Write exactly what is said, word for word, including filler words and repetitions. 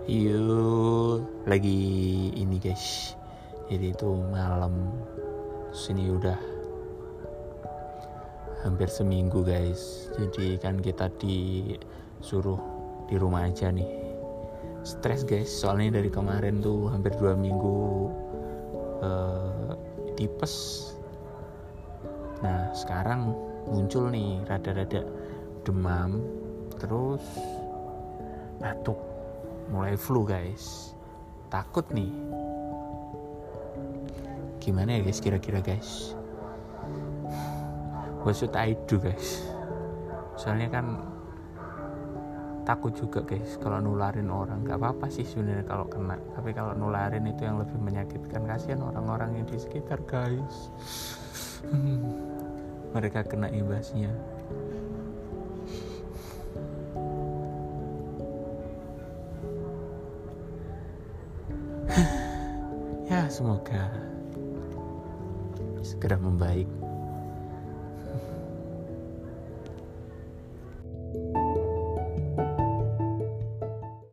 Yuk, lagi ini guys. Jadi itu malam. Sini udah hampir seminggu guys. Jadi kan kita disuruh di rumah aja nih. Stres guys, soalnya dari kemarin tuh hampir dua minggu uh, tipes. Nah sekarang muncul nih rada-rada demam, terus batuk, mulai flu guys. Takut nih. Gimana ya guys kira-kira guys? What should I do guys? Soalnya kan takut juga guys kalau nularin orang. Gak apa-apa sih sebenarnya kalau kena, tapi kalau nularin itu yang lebih menyakitkan. Kasihan orang-orang yang di sekitar guys. hmm. Mereka kena imbasnya. Ya semoga segera membaik.